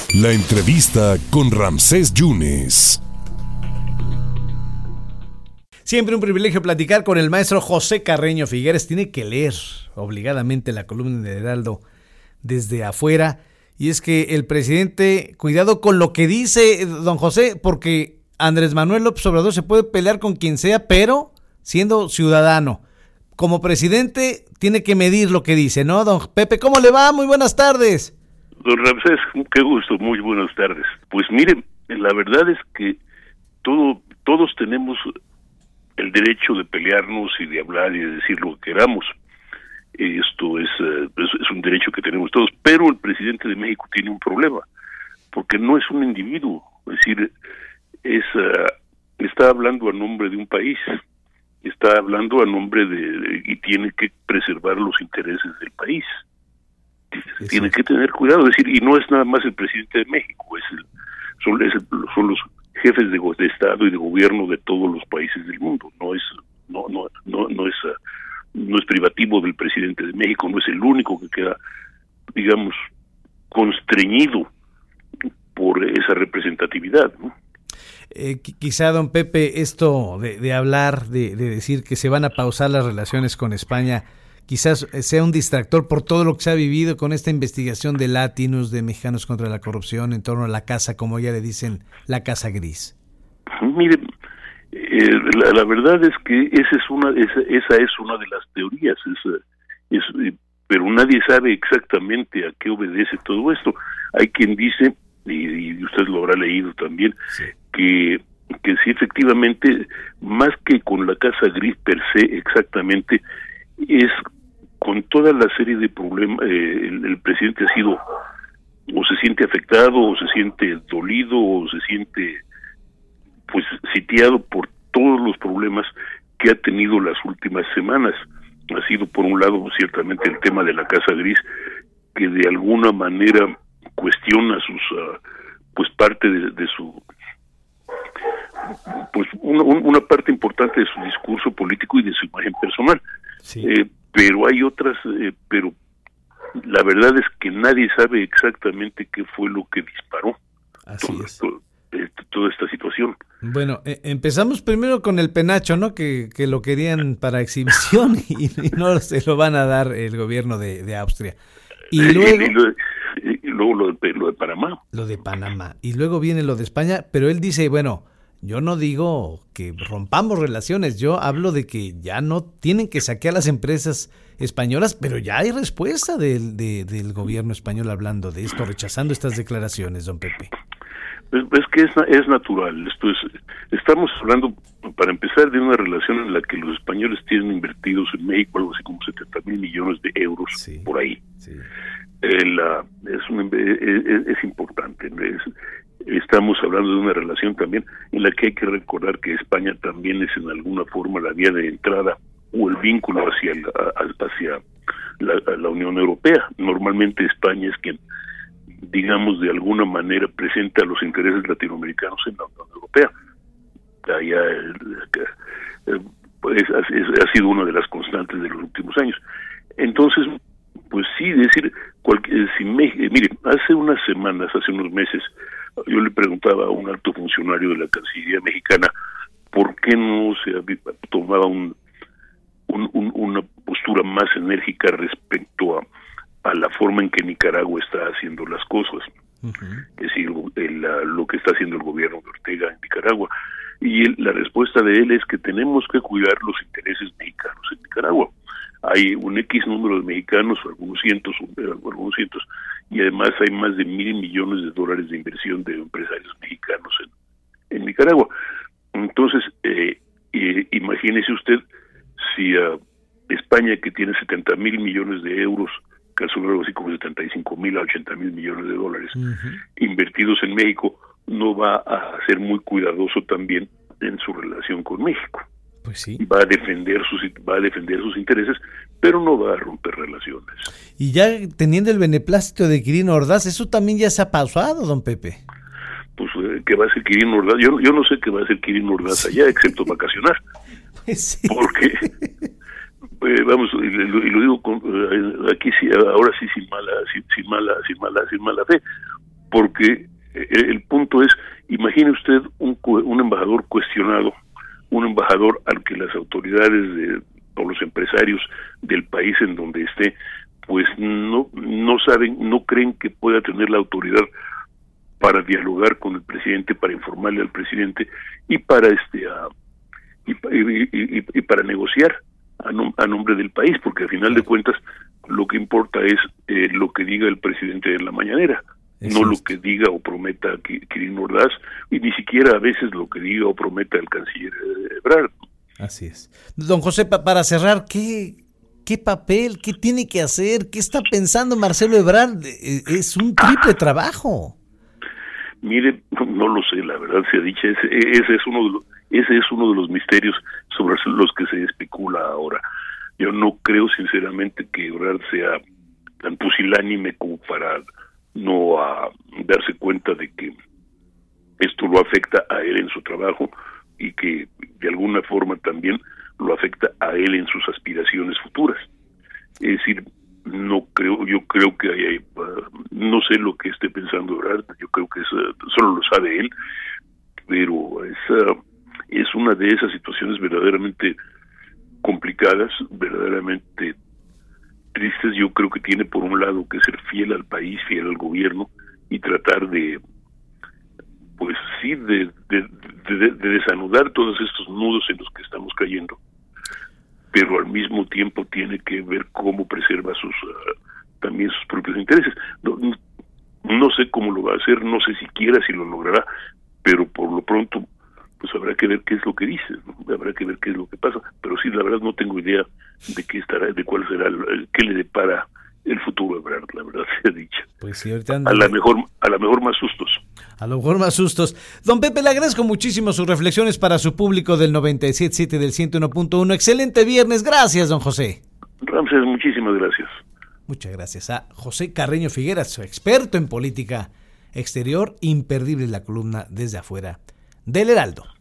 La entrevista con Ramsés Yunes. Siempre un privilegio platicar con el maestro José Carreño Figueres. Tiene que leer obligadamente la columna de Heraldo desde afuera. Y es que el presidente, cuidado con lo que dice don José, porque Andrés Manuel López Obrador se puede pelear con quien sea, pero siendo ciudadano. Como presidente tiene que medir lo que dice, ¿no, don Pepe? ¿Cómo le va? Muy buenas tardes. Don Ramsés, qué gusto, muy buenas tardes. Pues miren, la verdad es que todos tenemos el derecho de pelearnos y de hablar y de decir lo que queramos. Esto es un derecho que tenemos todos, pero el presidente de México tiene un problema, porque no es un individuo, es decir, está hablando a nombre de un país, está hablando a nombre y tiene que preservar los intereses del país. Tiene que tener cuidado, es decir, y no es nada más el presidente de México, son los jefes de Estado y de gobierno de todos los países del mundo. No es privativo del presidente de México, no es el único que queda, digamos, constreñido por esa representatividad, ¿no? Quizá, don Pepe, esto de hablar, de decir que se van a pausar las relaciones con España, quizás sea un distractor por todo lo que se ha vivido con esta investigación de Latinus, de Mexicanos contra la Corrupción, en torno a la casa, como ya le dicen, la casa gris. Mire, la verdad es que esa es una de las teorías, pero nadie sabe exactamente a qué obedece todo esto. Hay quien dice, y usted lo habrá leído también, sí, que sí, efectivamente, más que con la casa gris per se exactamente, es con toda la serie de problemas, el presidente ha sido, o se siente afectado, o se siente dolido, o se siente pues sitiado por todos los problemas que ha tenido las últimas semanas. Ha sido, por un lado, ciertamente el tema de la casa gris, que de alguna manera cuestiona pues parte de su, pues una parte importante de su discurso político y de su imagen personal. Sí. Pero hay otras, pero la verdad es que nadie sabe exactamente qué fue lo que disparó toda esta situación. Bueno, empezamos primero con el penacho, ¿no? Que lo querían para exhibición y no se lo van a dar el gobierno de Austria. Y luego lo de Panamá. Lo de Panamá. Y luego viene lo de España, pero él dice, bueno, yo no digo que rompamos relaciones, yo hablo de que ya no tienen que saquear las empresas españolas, pero ya hay respuesta del gobierno español hablando de esto, rechazando estas declaraciones, don Pepe. Es que es natural. Estamos hablando, para empezar, de una relación en la que los españoles tienen invertidos en México algo así como 70,000 millones de euros, sí, por ahí. Sí. Es importante. Estamos hablando de una relación también en la que hay que recordar que España también es en alguna forma la vía de entrada o el vínculo hacia la Unión Europea. Normalmente España es quien, digamos, de alguna manera presenta los intereses latinoamericanos en la Unión Europea. Ha sido una de las constantes de los últimos años. Entonces, pues sí, decir, mire, hace unas semanas, hace unos meses, yo le preguntaba a un alto funcionario de la Cancillería mexicana por qué no se tomaba una postura más enérgica respecto a la forma en que Nicaragua está haciendo las cosas. Uh-huh. Es decir, lo que está haciendo el gobierno de Ortega en Nicaragua. Y la respuesta de él es que tenemos que cuidar los intereses mexicanos en Nicaragua. Hay un X número de mexicanos, algunos cientos, y además hay más de $1,000 millones de inversión de empresarios mexicanos en Nicaragua. Entonces, imagínese usted si España, que tiene 70,000 millones de euros, que son algo así como 75,000 a 80,000 millones de dólares, uh-huh, invertidos en México, no va a ser muy cuidadoso también en su relación con México. Pues sí. Va a defender sus intereses, pero no va a romper relaciones. Y ya teniendo el beneplácito de Quirino Ordaz, eso también ya se ha pausado, don Pepe. Pues, ¿qué va a hacer Quirino Ordaz? Yo no sé qué va a hacer Quirino Ordaz allá, excepto vacacionar. Pues sí. Porque, vamos, y lo digo aquí sí, ahora sí sin mala fe, porque el punto es, imagine usted un embajador cuestionado, un embajador al que las autoridades o los empresarios del país en donde esté, pues no saben, no creen que pueda tener la autoridad para dialogar con el presidente, para informarle al presidente y para y para negociar a nombre del país, porque al final de cuentas lo que importa es lo que diga el presidente en la mañanera, no lo que diga o prometa Kirin Ordaz, y ni siquiera a veces lo que diga o prometa el canciller Ebrard. Así es. Don José, para cerrar, ¿qué papel, qué tiene que hacer, qué está pensando Marcelo Ebrard? Es un triple trabajo. Mire, no lo sé, la verdad sea dicha, ese es uno de los misterios sobre los que se especula ahora. Yo no creo sinceramente que Ebrard sea tan pusilánime como para no darse cuenta de que esto lo afecta a él en su trabajo y que de alguna forma también lo afecta a él en sus aspiraciones futuras. Es decir, yo creo que no sé lo que esté pensando Ebrard, yo creo que solo lo sabe él, pero es una de esas situaciones verdaderamente complicadas, verdaderamente tristes. Yo creo que tiene por un lado que ser fiel al país, fiel al gobierno y tratar de desanudar todos estos nudos en los que estamos cayendo, pero al mismo tiempo tiene que ver cómo preserva también sus propios intereses. No sé cómo lo va a hacer, no sé siquiera si lo logrará, pero por lo pronto pues habrá que ver qué es lo que dice, ¿no? Habrá que ver qué es lo que pasa, pero sí, la verdad no tengo idea de cuál será, qué le depara el futuro de Ebrard, la verdad sea dicha. Pues sí, ahorita a la mejor más sustos. A lo mejor más sustos. Don Pepe, le agradezco muchísimo sus reflexiones para su público del 97.7 del 101.1. Excelente viernes. Gracias, don José. Ramses, muchísimas gracias. Muchas gracias a José Carreño Figueras, experto en política exterior, imperdible la columna Desde Afuera del Heraldo.